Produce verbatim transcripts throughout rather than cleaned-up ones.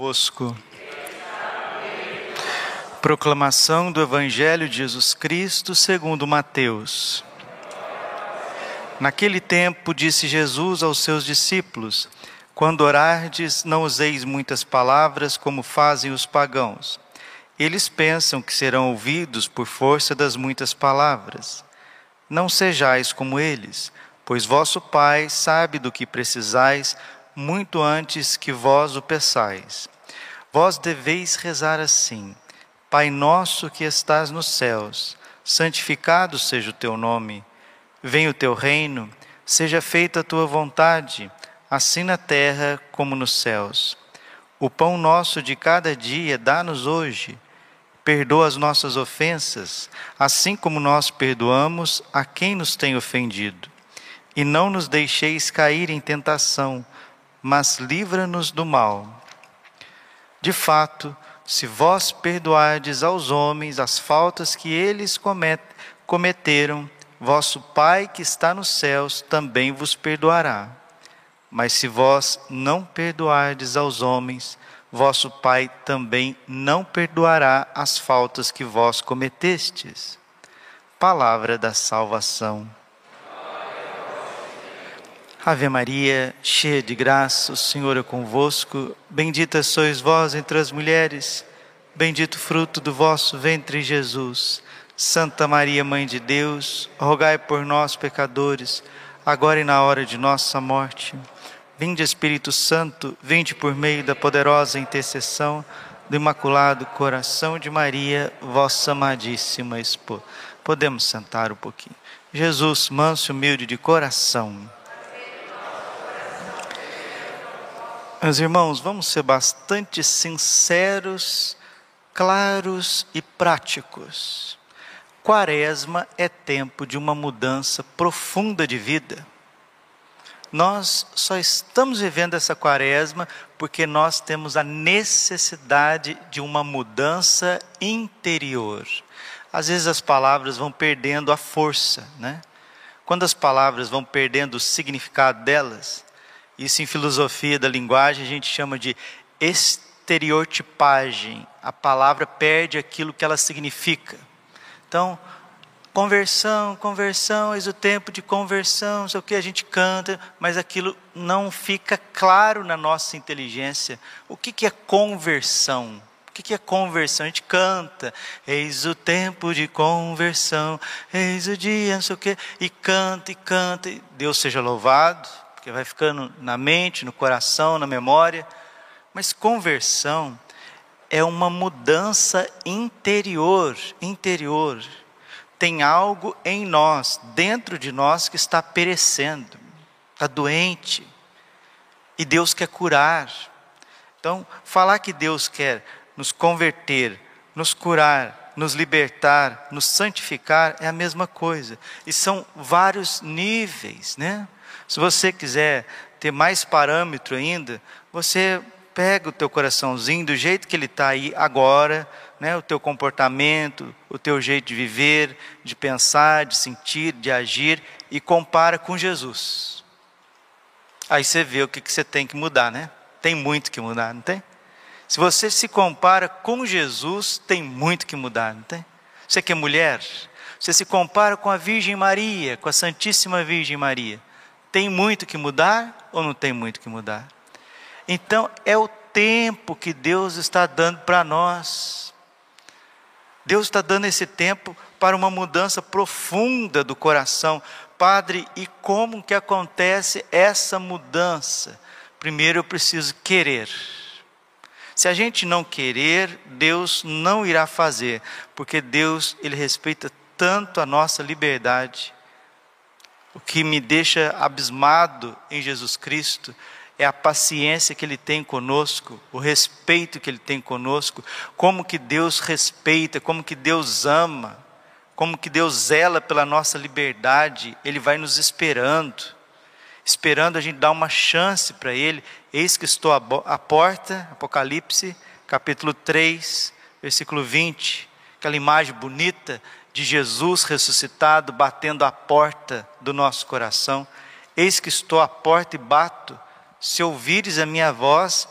convosco. Proclamação do Evangelho de Jesus Cristo segundo Mateus. Naquele tempo disse Jesus aos seus discípulos: quando orardes, não useis muitas palavras como fazem os pagãos. Eles pensam que serão ouvidos por força das muitas palavras. Não sejais como eles, pois vosso Pai sabe do que precisais muito antes que vós o peçais. Vós deveis rezar assim: Pai nosso que estás nos céus, santificado seja o teu nome. Venha o teu reino, seja feita a tua vontade, assim na terra como nos céus. O pão nosso de cada dia dá-nos hoje. Perdoa as nossas ofensas, assim como nós perdoamos a quem nos tem ofendido. E não nos deixeis cair em tentação, mas livra-nos do mal. De fato, se vós perdoardes aos homens as faltas que eles cometeram, vosso Pai que está nos céus também vos perdoará. Mas se vós não perdoardes aos homens, vosso Pai também não perdoará as faltas que vós cometestes. Palavra da salvação. Ave Maria, cheia de graça, o Senhor é convosco. Bendita sois vós entre as mulheres, bendito o fruto do vosso ventre, Jesus. Santa Maria, Mãe de Deus, rogai por nós, pecadores, agora e na hora de nossa morte. Vinde, Espírito Santo, vinde por meio da poderosa intercessão do Imaculado Coração de Maria, vossa amadíssima esposa. Podemos sentar um pouquinho. Jesus, manso e humilde de coração. Meus irmãos, vamos ser bastante sinceros, claros e práticos. Quaresma é tempo de uma mudança profunda de vida. Nós só estamos vivendo essa quaresma porque nós temos a necessidade de uma mudança interior. Às vezes as palavras vão perdendo a força, né? Quando as palavras vão perdendo o significado delas, isso em filosofia da linguagem a gente chama de estereotipagem. A palavra perde aquilo que ela significa. Então, conversão, conversão, eis o tempo de conversão, não sei o que, a gente canta, mas aquilo não fica claro na nossa inteligência. O que, que é conversão? O que, que é conversão? A gente canta, eis o tempo de conversão, eis o dia, não sei o que, e canta, e canta, e Deus seja louvado, porque vai ficando na mente, no coração, na memória. Mas conversão é uma mudança interior, interior. Tem algo em nós, dentro de nós, que está perecendo, está doente, e Deus quer curar. Então, falar que Deus quer nos converter, nos curar, nos libertar, nos santificar, é a mesma coisa. E são vários níveis, né? Se você quiser ter mais parâmetro ainda, você pega o teu coraçãozinho do jeito que ele está aí agora, né? O teu comportamento, o teu jeito de viver, de pensar, de sentir, de agir, e compara com Jesus. Aí você vê o que, que você tem que mudar, né? Tem muito que mudar, não tem? Se você se compara com Jesus, tem muito que mudar, não tem? Você que é mulher, você se compara com a Virgem Maria, com a Santíssima Virgem Maria, tem muito que mudar ou não tem muito que mudar? Então, é o tempo que Deus está dando para nós. Deus está dando esse tempo para uma mudança profunda do coração. Padre, e como que acontece essa mudança? Primeiro eu preciso querer. Se a gente não querer, Deus não irá fazer, porque Deus, Ele respeita tanto a nossa liberdade. O que me deixa abismado em Jesus Cristo é a paciência que Ele tem conosco, o respeito que Ele tem conosco, como que Deus respeita, como que Deus ama, como que Deus zela pela nossa liberdade. Ele vai nos esperando, esperando a gente dar uma chance para Ele. Eis que estou à porta, Apocalipse, capítulo três, versículo vinte, aquela imagem bonita de Jesus ressuscitado, batendo à porta do nosso coração. Eis que estou à porta e bato, se ouvires a minha voz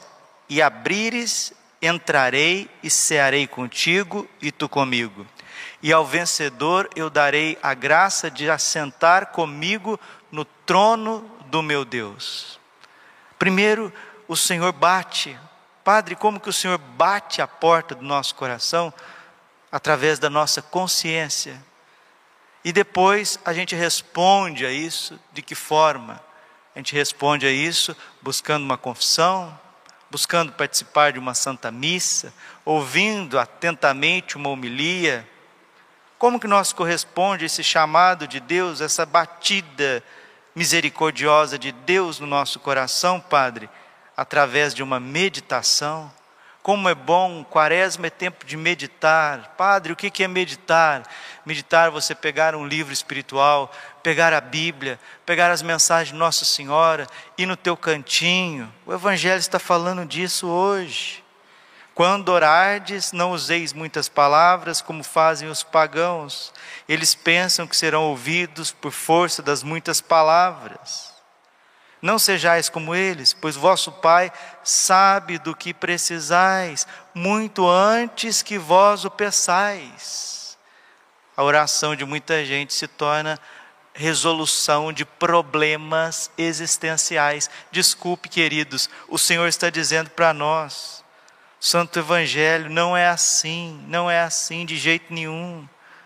e abrires, entrarei e cearei contigo e tu comigo. E ao vencedor eu darei a graça de assentar comigo no trono do meu Deus. Primeiro, o Senhor bate. Padre, como que o Senhor bate a porta do nosso coração? Através da nossa consciência. E depois a gente responde a isso. De que forma? A gente responde a isso buscando uma confissão, buscando participar de uma santa missa, ouvindo atentamente uma homilia. Como que nós corresponde a esse chamado de Deus, essa batida misericordiosa de Deus no nosso coração, Padre? Através de uma meditação. Como é bom, quaresma é tempo de meditar. Padre, o que é meditar? Meditar é você pegar um livro espiritual, pegar a Bíblia, pegar as mensagens de Nossa Senhora, ir no teu cantinho. O Evangelho está falando disso hoje. Quando orardes, não useis muitas palavras, como fazem os pagãos. Eles pensam que serão ouvidos por força das muitas palavras. Não sejais como eles, pois vosso Pai sabe do que precisais, muito antes que vós o peçais. A oração de muita gente se torna resolução de problemas existenciais. Desculpe, queridos, o Senhor está dizendo para nós, Santo Evangelho, não é assim, não é assim de jeito nenhum.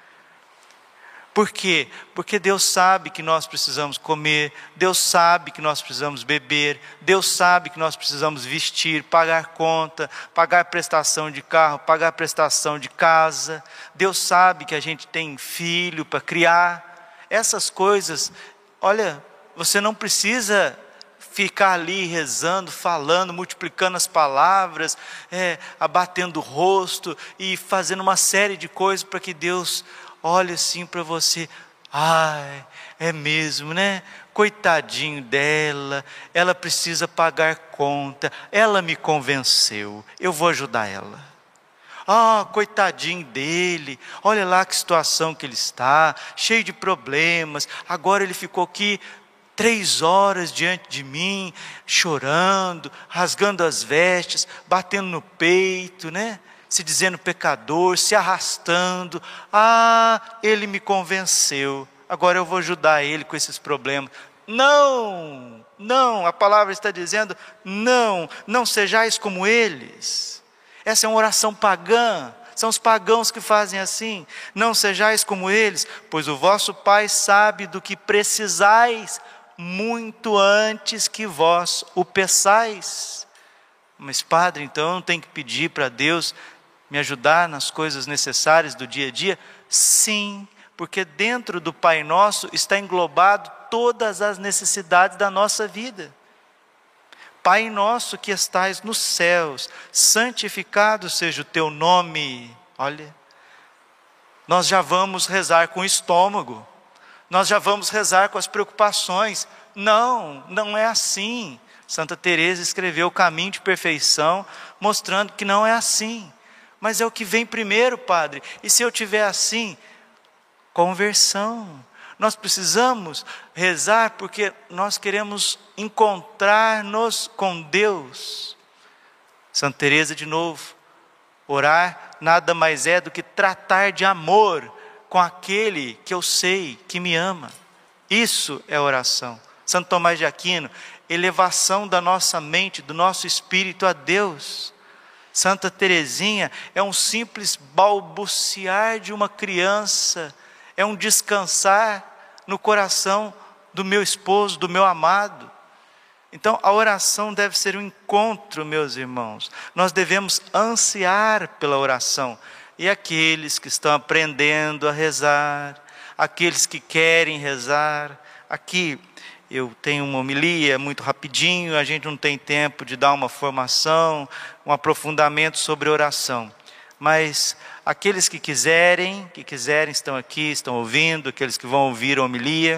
Por quê? Porque Deus sabe que nós precisamos comer, Deus sabe que nós precisamos beber, Deus sabe que nós precisamos vestir, pagar conta, pagar prestação de carro, pagar prestação de casa. Deus sabe que a gente tem filho para criar. Essas coisas, olha, você não precisa ficar ali rezando, falando, multiplicando as palavras, é, abatendo o rosto e fazendo uma série de coisas para que Deus olha assim para você. Ai, é mesmo, né? Coitadinho dela, ela precisa pagar conta, ela me convenceu, eu vou ajudar ela. Ah, coitadinho dele, olha lá que situação que ele está, cheio de problemas, agora ele ficou aqui três horas diante de mim, chorando, rasgando as vestes, batendo no peito, né? Se dizendo pecador, se arrastando. Ah, ele me convenceu, agora eu vou ajudar ele com esses problemas. Não, não, a palavra está dizendo, não, não sejais como eles. Essa é uma oração pagã, são os pagãos que fazem assim. Não sejais como eles, pois o vosso Pai sabe do que precisais, muito antes que vós o peçais. Mas Padre, então eu não tenho que pedir para Deus me ajudar nas coisas necessárias do dia a dia? Sim, porque dentro do Pai Nosso está englobado todas as necessidades da nossa vida. Pai nosso que estais nos céus, santificado seja o teu nome. Olha, nós já vamos rezar com o estômago, nós já vamos rezar com as preocupações. Não, não é assim. Santa Teresa escreveu o Caminho de Perfeição, mostrando que não é assim. Mas é o que vem primeiro, Padre. E se eu tiver assim? Conversão. Nós precisamos rezar porque nós queremos encontrar-nos com Deus. Santa Teresa de novo, orar nada mais é do que tratar de amor com aquele que eu sei que me ama. Isso é oração. Santo Tomás de Aquino, elevação da nossa mente, do nosso espírito a Deus. Santa Teresinha é um simples balbuciar de uma criança, é um descansar no coração do meu esposo, do meu amado. Então a oração deve ser um encontro, meus irmãos. Nós devemos ansiar pela oração. E aqueles que estão aprendendo a rezar, aqueles que querem rezar, aqui eu tenho uma homilia muito rapidinho, a gente não tem tempo de dar uma formação, um aprofundamento sobre oração. Mas aqueles que quiserem, que quiserem estão aqui, estão ouvindo, aqueles que vão ouvir a homilia.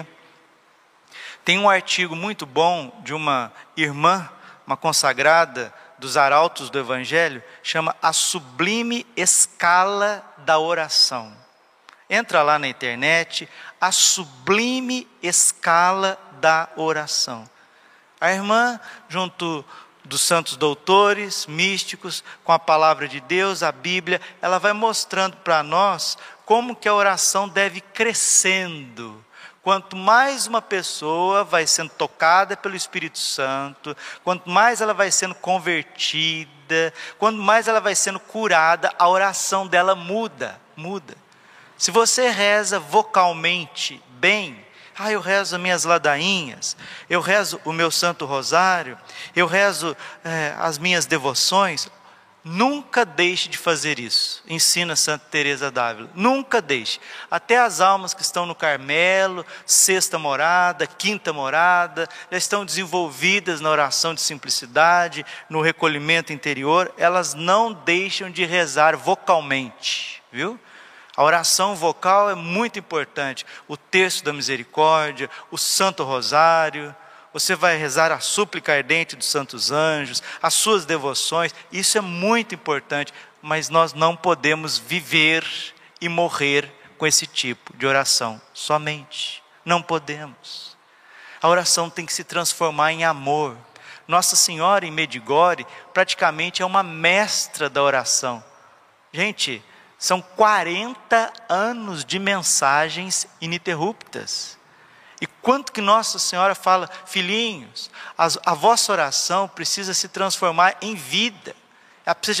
Tem um artigo muito bom de uma irmã, uma consagrada dos arautos do Evangelho, chama A Sublime Escala da Oração. Entra lá na internet, A Sublime Escala da Oração. A irmã, junto dos santos doutores, místicos, com a palavra de Deus, a Bíblia, ela vai mostrando para nós como que a oração deve crescendo. Quanto mais uma pessoa vai sendo tocada pelo Espírito Santo, quanto mais ela vai sendo convertida, quanto mais ela vai sendo curada, a oração dela muda, muda. Se você reza vocalmente bem, ah, eu rezo as minhas ladainhas, eu rezo o meu Santo Rosário, eu rezo é, as minhas devoções. Nunca deixe de fazer isso, ensina Santa Teresa d'Ávila, nunca deixe. Até as almas que estão no Carmelo, sexta morada, quinta morada, já estão desenvolvidas na oração de simplicidade, no recolhimento interior, elas não deixam de rezar vocalmente, viu? A oração vocal é muito importante, o terço da misericórdia, o Santo Rosário, você vai rezar a súplica ardente dos santos anjos, as suas devoções, isso é muito importante, mas nós não podemos viver e morrer com esse tipo de oração, somente, não podemos. A oração tem que se transformar em amor. Nossa Senhora em Medjugorje praticamente é uma mestra da oração. Gente, são quarenta anos de mensagens ininterruptas. E quanto que Nossa Senhora fala, filhinhos, a, a vossa oração precisa se transformar em vida. Ela precisa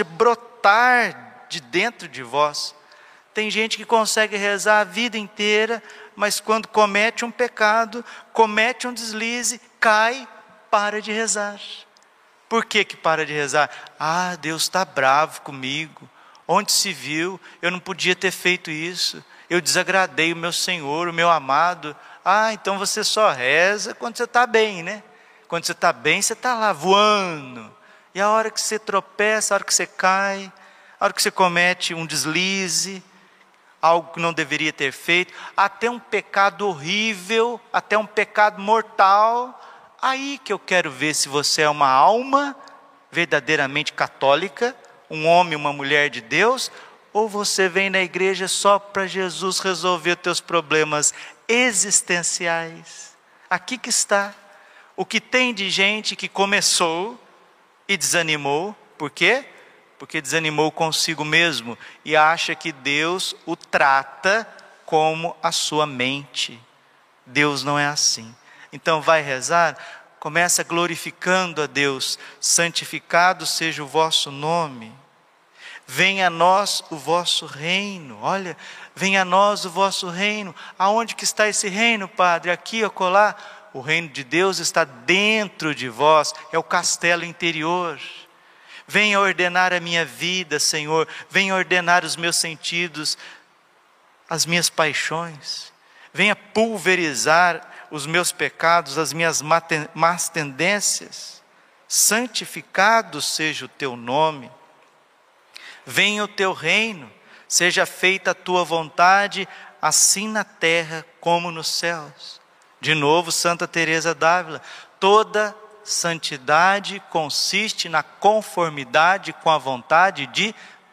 brotar de dentro de vós. Tem gente que consegue rezar a vida inteira, mas quando comete um pecado, comete um deslize, cai, para de rezar. Por que que para de rezar? Ah, Deus está bravo comigo. Onde se viu, eu não podia ter feito isso, eu desagradei o meu Senhor, o meu amado. Ah, então você só reza quando você está bem, né? Quando você está bem, você está lá voando. E a hora que você tropeça, a hora que você cai, a hora que você comete um deslize, algo que não deveria ter feito, até um pecado horrível, até um pecado mortal, aí que eu quero ver se você é uma alma verdadeiramente católica, um homem, uma mulher de Deus, ou você vem na igreja só para Jesus resolver os teus problemas existenciais. Aqui que está. O que tem de gente que começou e desanimou, por quê? Porque desanimou consigo mesmo e acha que Deus o trata como a sua mente. Deus não é assim. Então vai rezar, começa glorificando a Deus, santificado seja o vosso nome, venha a nós o vosso reino, olha, venha a nós o vosso reino, aonde que está esse reino, Padre? Aqui, acolá, o reino de Deus está dentro de vós, é o castelo interior. Venha ordenar a minha vida, Senhor, venha ordenar os meus sentidos, as minhas paixões, venha pulverizar os meus pecados, as minhas más tendências, santificado seja o teu nome, venha o teu reino, seja feita a tua vontade, assim na terra como nos céus. De novo, Santa Teresa d'Ávila, toda santidade consiste na conformidade com a vontade de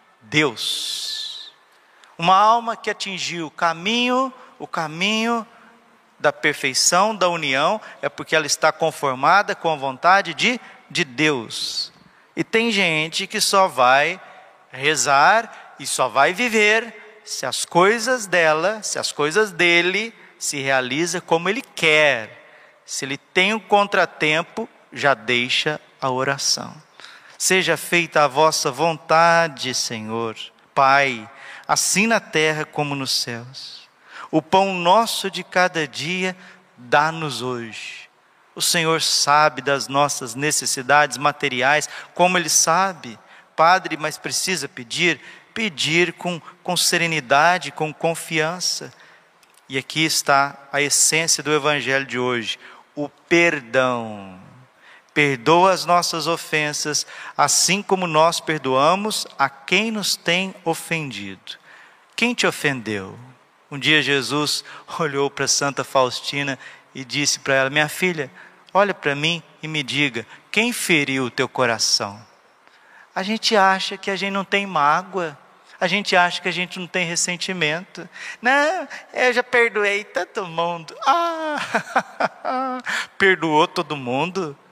Deus. Uma alma que atingiu o caminho, o caminho da perfeição, da união, é porque ela está conformada com a vontade de, de Deus. E tem gente que só vai rezar e só vai viver se as coisas dela, se as coisas dele se realizam como ele quer. Se ele tem um contratempo, já deixa a oração. Seja feita a vossa vontade, Senhor, Pai, assim na terra como nos céus. O pão nosso de cada dia, dá-nos hoje. O Senhor sabe das nossas necessidades materiais, como Ele sabe. Padre, mas precisa pedir? Pedir com, com serenidade, com confiança. E aqui está a essência do Evangelho de hoje, o perdão. Perdoa as nossas ofensas, assim como nós perdoamos a quem nos tem ofendido. Quem te ofendeu? Um dia Jesus olhou para Santa Faustina e disse para ela, minha filha, olha para mim e me diga, quem feriu o teu coração? A gente acha que a gente não tem mágoa, a gente acha que a gente não tem ressentimento. Não, eu já perdoei todo mundo. Ah, perdoou todo mundo?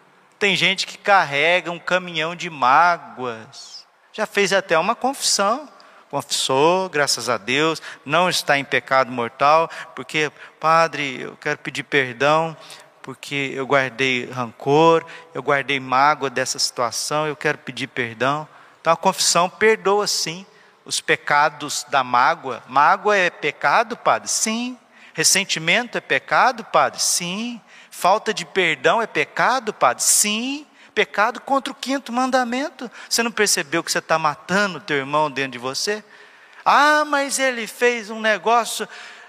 tem gente que carrega um caminhão de mágoas. Já fez até uma confissão. Confessou, graças a Deus, não está em pecado mortal, porque, padre, eu quero pedir perdão, porque eu guardei rancor, eu guardei mágoa dessa situação, eu quero pedir perdão. Então a confissão perdoa sim os pecados da mágoa. Mágoa é pecado, padre? Sim. Ressentimento é pecado, padre? Sim. Falta de perdão é pecado, padre? Sim. Pecado contra o quinto mandamento. Você não percebeu que você está matando o teu irmão dentro de você? Ah, mas ele fez um negócio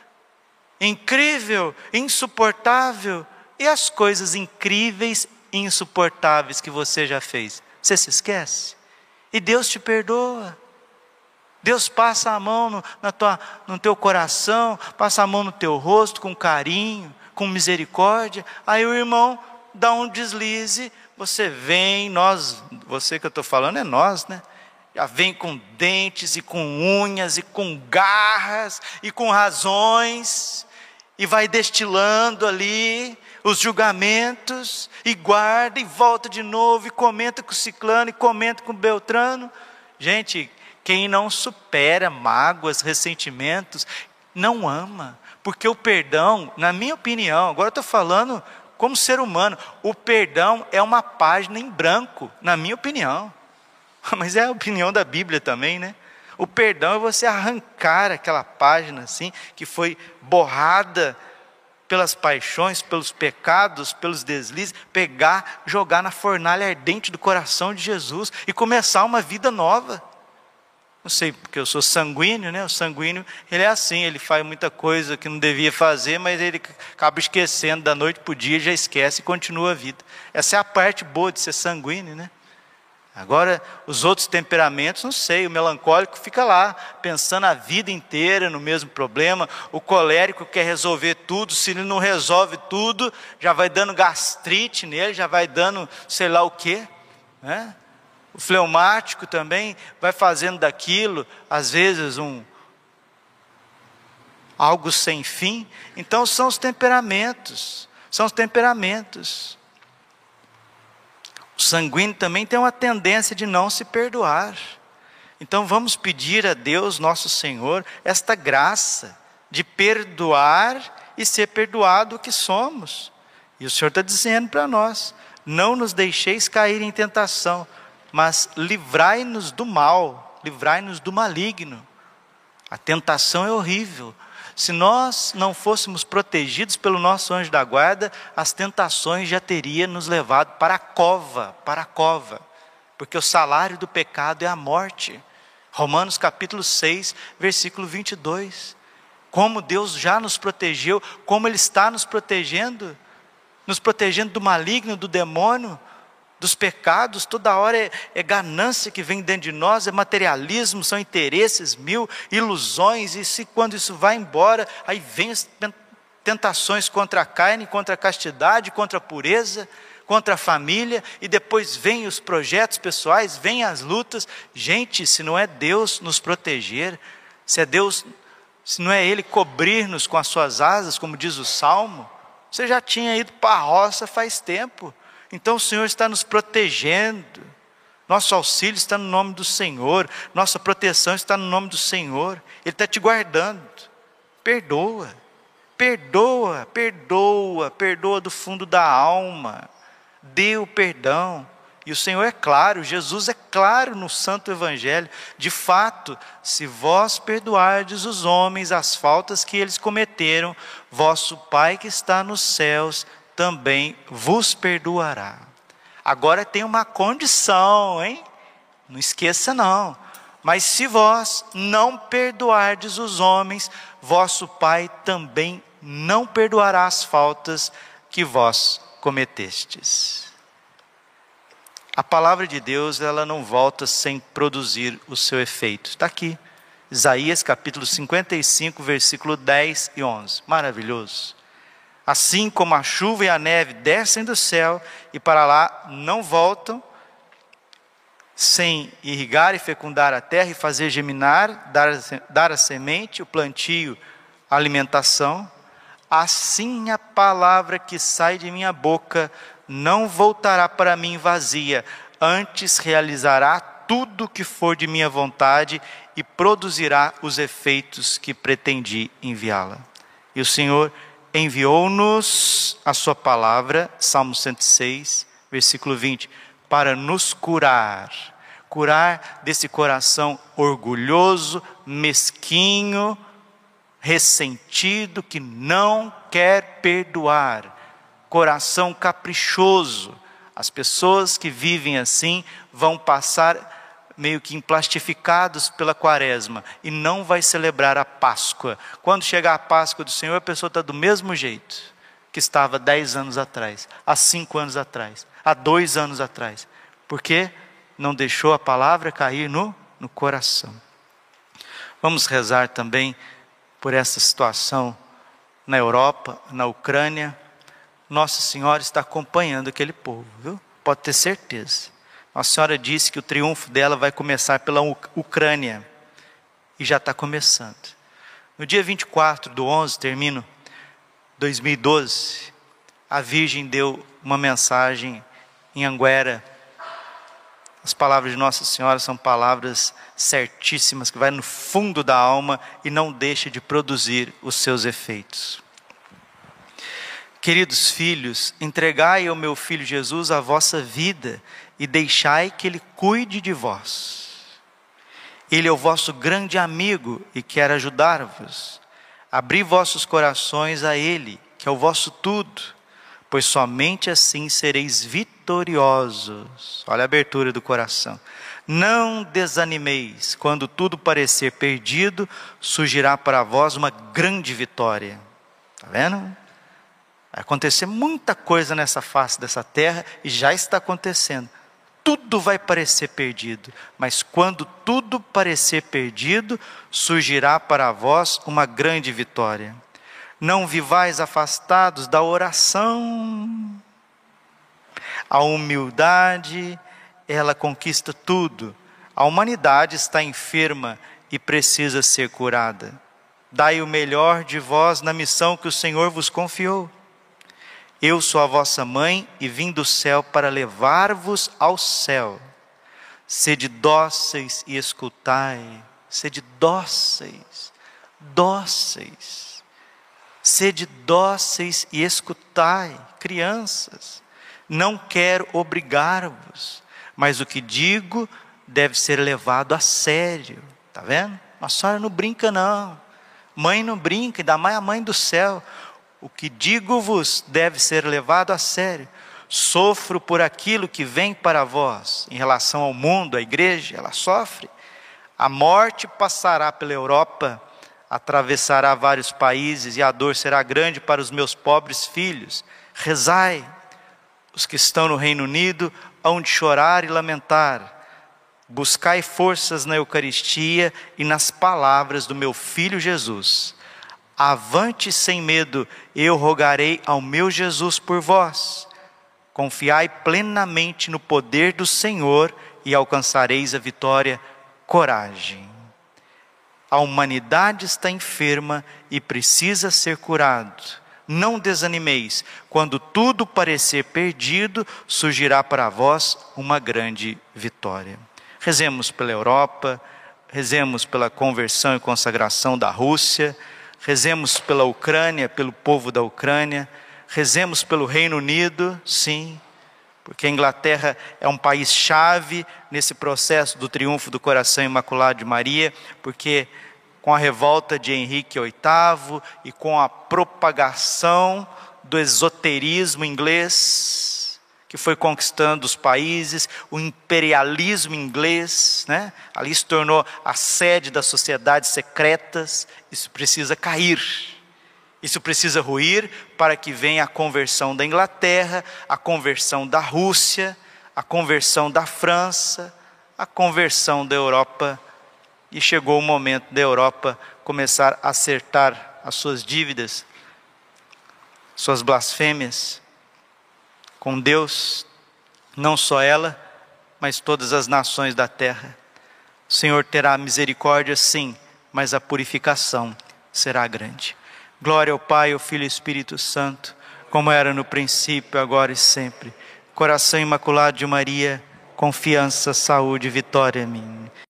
incrível, insuportável. E as coisas incríveis e insuportáveis que você já fez? Você se esquece? E Deus te perdoa. Deus passa a mão no, na tua, no teu coração, passa a mão no teu rosto com carinho, com misericórdia. Aí o irmão dá um deslize, você vem, nós, você que eu estou falando é nós, né? Já vem com dentes e com unhas e com garras e com razões e vai destilando ali os julgamentos e guarda e volta de novo e comenta com o ciclano e comenta com o beltrano. Gente, quem não supera mágoas, ressentimentos, não ama, porque o perdão, na minha opinião, agora eu estou falando como ser humano, o perdão é uma página em branco, na minha opinião. Mas é a opinião da Bíblia também, né? O perdão é você arrancar aquela página assim, que foi borrada pelas paixões, pelos pecados, pelos deslizes, pegar, jogar na fornalha ardente do coração de Jesus e começar uma vida nova. Não sei, porque eu sou sanguíneo, né? O sanguíneo, ele é assim, ele faz muita coisa que não devia fazer, mas ele acaba esquecendo da noite para o dia, já esquece e continua a vida. Essa é a parte boa de ser sanguíneo, né? Agora, os outros temperamentos, não sei, o melancólico fica lá, pensando a vida inteira no mesmo problema, o colérico quer resolver tudo, se ele não resolve tudo, já vai dando gastrite nele, já vai dando sei lá o quê, né? O fleumático também vai fazendo daquilo, às vezes, um algo sem fim. Então são os temperamentos, são os temperamentos. O sanguíneo também tem uma tendência de não se perdoar. Então vamos pedir a Deus, nosso Senhor, esta graça de perdoar e ser perdoado o que somos. E o Senhor está dizendo para nós, não nos deixeis cair em tentação, mas livrai-nos do mal, livrai-nos do maligno. A tentação é horrível. Se nós não fôssemos protegidos pelo nosso anjo da guarda, as tentações já teriam nos levado para a cova, para a cova. Porque o salário do pecado é a morte. Romanos capítulo seis, versículo vinte e dois. Como Deus já nos protegeu, como Ele está nos protegendo, nos protegendo do maligno, do demônio, dos pecados. Toda hora é, é ganância que vem dentro de nós, é materialismo, são interesses mil, ilusões, e se quando isso vai embora, aí vem as tentações contra a carne, contra a castidade, contra a pureza, contra a família, e depois vem os projetos pessoais, vem as lutas. Gente, se não é Deus nos proteger, se é Deus, se não é Ele cobrir-nos com as suas asas, como diz o Salmo, você já tinha ido para a roça faz tempo. Então o Senhor está nos protegendo, nosso auxílio está no nome do Senhor, nossa proteção está no nome do Senhor, Ele está te guardando. Perdoa, perdoa, perdoa, perdoa do fundo da alma, dê o perdão. E o Senhor é claro, Jesus é claro no Santo Evangelho, de fato, se vós perdoardes os homens as faltas que eles cometeram, vosso Pai que está nos céus também vos perdoará. Agora tem uma condição, hein? Não esqueça não. Mas se vós não perdoardes os homens, vosso Pai também não perdoará as faltas que vós cometestes. A palavra de Deus, ela não volta sem produzir o seu efeito. Está aqui, Isaías capítulo cinquenta e cinco, versículo dez e onze. Maravilhoso. Assim como a chuva e a neve descem do céu e para lá não voltam, sem irrigar e fecundar a terra e fazer germinar, dar, dar a semente, o plantio, a alimentação, assim a palavra que sai de minha boca não voltará para mim vazia, antes realizará tudo o que for de minha vontade e produzirá os efeitos que pretendi enviá-la. E o Senhor enviou-nos a sua palavra, Salmo cento e seis, versículo vinte, para nos curar, curar desse coração orgulhoso, mesquinho, ressentido, que não quer perdoar, coração caprichoso. As pessoas que vivem assim vão passar meio que emplastificados pela quaresma e não vai celebrar a Páscoa. Quando chegar a Páscoa do Senhor, a pessoa está do mesmo jeito que estava dez anos atrás, há cinco anos atrás, há dois anos atrás. Porque não deixou a palavra cair no, no coração. Vamos rezar também por essa situação na Europa, na Ucrânia. Nossa Senhora está acompanhando aquele povo, viu? Pode ter certeza. Nossa Senhora disse que o triunfo dela vai começar pela Ucrânia. E já está começando. No dia vinte e quatro do onze, termino, dois mil e doze, a Virgem deu uma mensagem em Anguera. As palavras de Nossa Senhora são palavras certíssimas, que vai no fundo da alma e não deixa de produzir os seus efeitos. Queridos filhos, entregai ao meu Filho Jesus a vossa vida e deixai que Ele cuide de vós. Ele é o vosso grande amigo e quer ajudar-vos. Abri vossos corações a Ele, que é o vosso tudo, pois somente assim sereis vitoriosos. Olha a abertura do coração. Não desanimeis, quando tudo parecer perdido, surgirá para vós uma grande vitória. Está vendo? Vai acontecer muita coisa nessa face dessa terra, e já está acontecendo. Tudo vai parecer perdido, mas quando tudo parecer perdido, surgirá para vós uma grande vitória. Não vivais afastados da oração. A humildade, ela conquista tudo. A humanidade está enferma e precisa ser curada. Dai o melhor de vós na missão que o Senhor vos confiou. Eu sou a vossa mãe e vim do céu para levar-vos ao céu. Sede dóceis e escutai. Sede dóceis, dóceis. Sede dóceis e escutai, crianças. Não quero obrigar-vos, mas o que digo deve ser levado a sério. Está vendo? A senhora não brinca não. Mãe não brinca, ainda mais a mãe do céu. O que digo-vos deve ser levado a sério. Sofro por aquilo que vem para vós. Em relação ao mundo, a igreja, ela sofre. A morte passará pela Europa, atravessará vários países, e a dor será grande para os meus pobres filhos. Rezai. Os que estão no Reino Unido hão de chorar e lamentar. Buscai forças na Eucaristia e nas palavras do meu Filho Jesus. Avante sem medo, eu rogarei ao meu Jesus por vós. Confiai plenamente no poder do Senhor e alcançareis a vitória. Coragem. A humanidade está enferma e precisa ser curado. Não desanimeis, quando tudo parecer perdido, surgirá para vós uma grande vitória. Rezemos pela Europa, rezemos pela conversão e consagração da Rússia, rezemos pela Ucrânia, pelo povo da Ucrânia, rezemos pelo Reino Unido, sim, porque a Inglaterra é um país-chave nesse processo do triunfo do coração imaculado de Maria, porque com a revolta de Henrique oitavo e com a propagação do esoterismo inglês, que foi conquistando os países, o imperialismo inglês, né? Ali se tornou a sede das sociedades secretas. Isso precisa cair, isso precisa ruir, para que venha a conversão da Inglaterra, a conversão da Rússia, a conversão da França, a conversão da Europa. E chegou o momento da Europa começar a acertar as suas dívidas, suas blasfêmias com Deus, não só ela, mas todas as nações da terra. O Senhor terá misericórdia, sim, mas a purificação será grande. Glória ao Pai, ao Filho e ao Espírito Santo, como era no princípio, agora e sempre. Coração Imaculado de Maria, confiança, saúde e vitória minha.